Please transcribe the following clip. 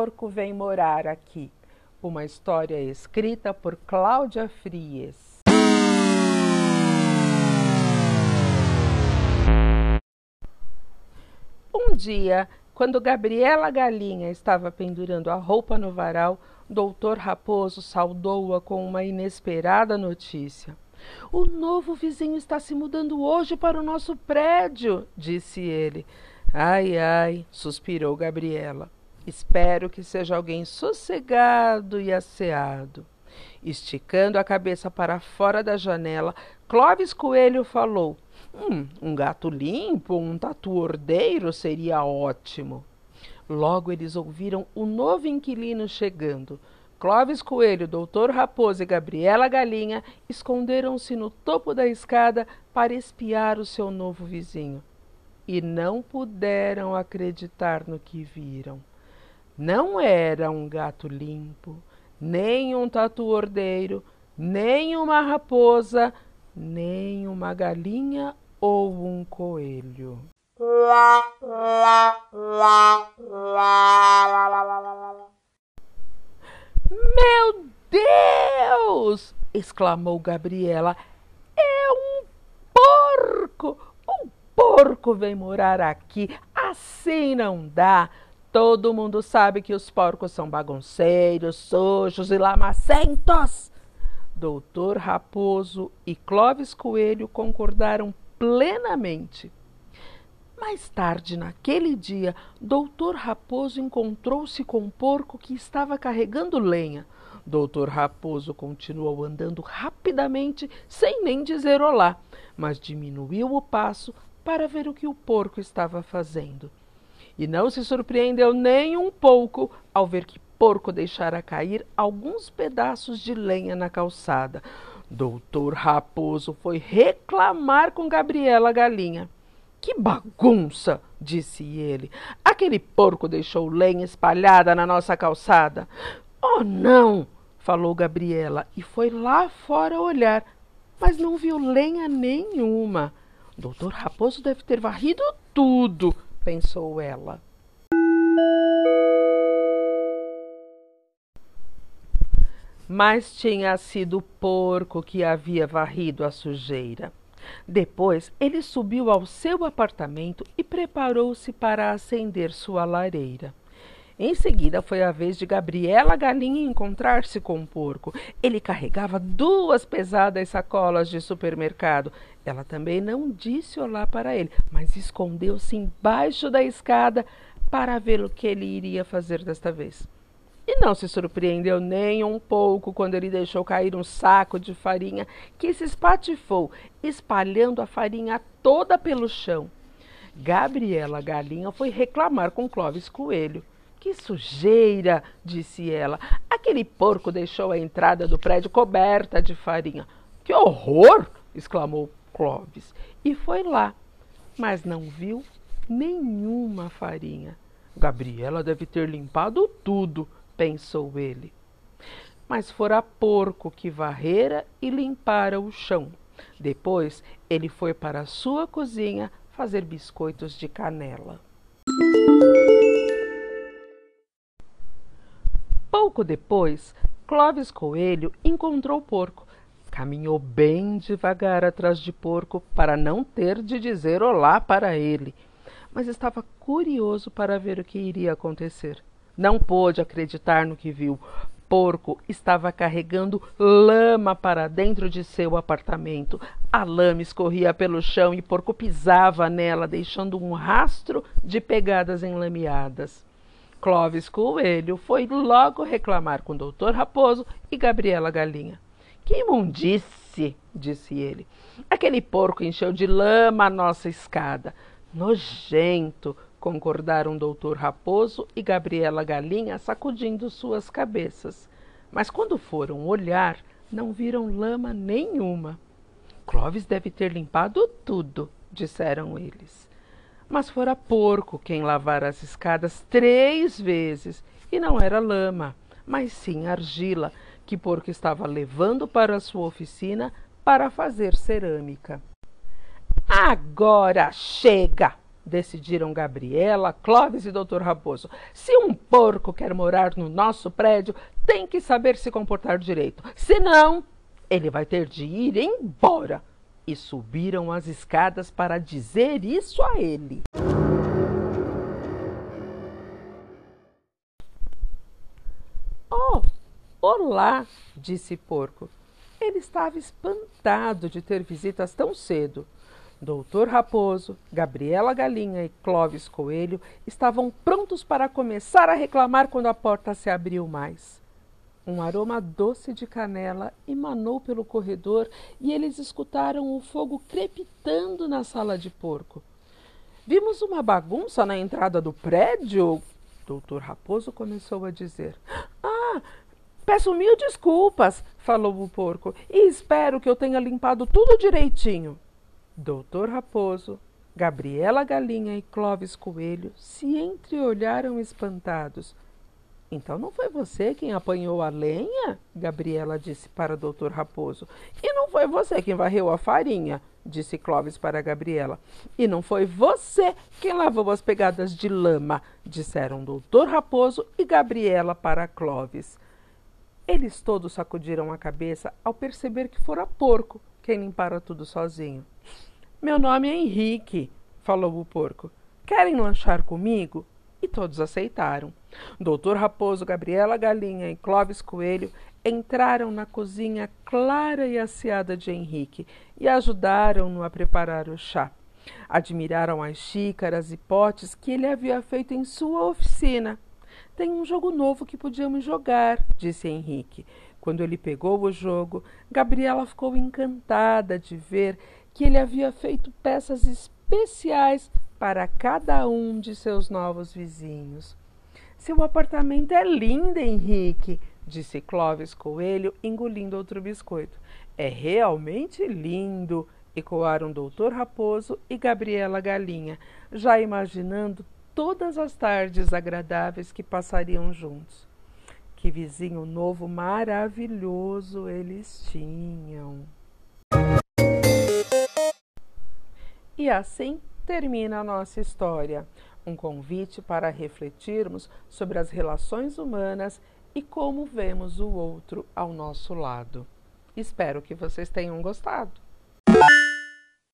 porco vem morar aqui. Uma história escrita por Cláudia Frias. Um dia, quando Gabriela Galinha estava pendurando a roupa no varal, Doutor Raposo saudou-a com uma inesperada notícia. "O novo vizinho está se mudando hoje para o nosso prédio", disse ele. "Ai, ai", suspirou Gabriela. "Espero que seja alguém sossegado e asseado." Esticando a cabeça para fora da janela, Clóvis Coelho falou: Um gato limpo, um tatu-ordeiro seria ótimo." Logo eles ouviram o novo inquilino chegando. Clóvis Coelho, Doutor Raposo e Gabriela Galinha esconderam-se no topo da escada para espiar o seu novo vizinho. E não puderam acreditar no que viram. Não era um gato limpo, nem um tatu-ordeiro, nem uma raposa, nem uma galinha ou um coelho. "Meu Deus!" exclamou Gabriela. "É um porco! Um porco vem morar aqui. Assim não dá. Todo mundo sabe que os porcos são bagunceiros, sujos e lamacentos." Doutor Raposo e Clóvis Coelho concordaram plenamente. Mais tarde, naquele dia, Doutor Raposo encontrou-se com um porco que estava carregando lenha. Doutor Raposo continuou andando rapidamente, sem nem dizer olá, mas diminuiu o passo para ver o que o porco estava fazendo. E não se surpreendeu nem um pouco ao ver que porco deixara cair alguns pedaços de lenha na calçada. Doutor Raposo foi reclamar com Gabriela Galinha. "Que bagunça!" disse ele. "Aquele porco deixou lenha espalhada na nossa calçada." "Oh, não!" falou Gabriela e foi lá fora olhar, mas não viu lenha nenhuma. "Doutor Raposo deve ter varrido tudo", pensou ela. Mas tinha sido o porco que havia varrido a sujeira. Depois ele subiu ao seu apartamento e preparou-se para acender sua lareira. Em seguida foi a vez de Gabriela Galinha encontrar-se com o porco. Ele carregava 2 pesadas sacolas de supermercado. Ela também não disse olá para ele, mas escondeu-se embaixo da escada para ver o que ele iria fazer desta vez. E não se surpreendeu nem um pouco quando ele deixou cair um saco de farinha que se espatifou, espalhando a farinha toda pelo chão. Gabriela Galinha foi reclamar com Clóvis Coelho. "Que sujeira!" disse ela. "Aquele porco deixou a entrada do prédio coberta de farinha." "Que horror!" exclamou Clóvis. E foi lá, mas não viu nenhuma farinha. "Gabriela deve ter limpado tudo", pensou ele. Mas fora porco que varrera e limpara o chão. Depois ele foi para a sua cozinha fazer biscoitos de canela. Pouco depois, Clóvis Coelho encontrou porco. Caminhou bem devagar atrás de porco para não ter de dizer olá para ele, mas estava curioso para ver o que iria acontecer. Não pôde acreditar no que viu. Porco estava carregando lama para dentro de seu apartamento. A lama escorria pelo chão e Porco pisava nela, deixando um rastro de pegadas enlameadas. Clóvis Coelho foi logo reclamar com o Doutor Raposo e Gabriela Galinha. "Que imundície!" disse ele. "Aquele porco encheu de lama a nossa escada." "Nojento!" concordaram Doutor Raposo e Gabriela Galinha, sacudindo suas cabeças. Mas quando foram olhar, não viram lama nenhuma. "Clóvis deve ter limpado tudo", disseram eles. Mas fora porco quem lavara as escadas 3 vezes, e não era lama, mas sim argila, que porco estava levando para a sua oficina para fazer cerâmica. "Agora chega!" decidiram Gabriela, Clóvis e Doutor Raposo. Se um porco quer morar no nosso prédio, tem que saber se comportar direito. Senão, ele vai ter de ir embora. E subiram as escadas para dizer isso a ele. Oh, olá, disse Porco. Ele estava espantado de ter visitas tão cedo. Doutor Raposo, Gabriela Galinha e Clóvis Coelho estavam prontos para começar a reclamar quando a porta se abriu mais. Um aroma doce de canela emanou pelo corredor e eles escutaram o fogo crepitando na sala de Porco. Vimos uma bagunça na entrada do prédio, Doutor Raposo começou a dizer. Ah, peço mil desculpas, falou o Porco, e espero que eu tenha limpado tudo direitinho. Doutor Raposo, Gabriela Galinha e Clóvis Coelho se entreolharam espantados. Então não foi você quem apanhou a lenha? Gabriela disse para Doutor Raposo. E não foi você quem varreu a farinha? Disse Clóvis para Gabriela. E não foi você quem lavou as pegadas de lama? Disseram Doutor Raposo e Gabriela para Clóvis. Eles todos sacudiram a cabeça ao perceber que fora Porco quem limpara tudo sozinho. Meu nome é Henrique, falou o Porco. Querem lanchar comigo? E todos aceitaram. Doutor Raposo, Gabriela Galinha e Clóvis Coelho entraram na cozinha clara e asseada de Henrique e ajudaram-no a preparar o chá. Admiraram as xícaras e potes que ele havia feito em sua oficina. Tem um jogo novo que podíamos jogar, disse Henrique. Quando ele pegou o jogo, Gabriela ficou encantada de ver que ele havia feito peças especiais para cada um de seus novos vizinhos. Seu apartamento é lindo, Henrique, disse Clóvis Coelho, engolindo outro biscoito. É realmente lindo, ecoaram Doutor Raposo e Gabriela Galinha, já imaginando todas as tardes agradáveis que passariam juntos. Que vizinho novo maravilhoso eles tinham. E assim termina a nossa história. Um convite para refletirmos sobre as relações humanas e como vemos o outro ao nosso lado. Espero que vocês tenham gostado.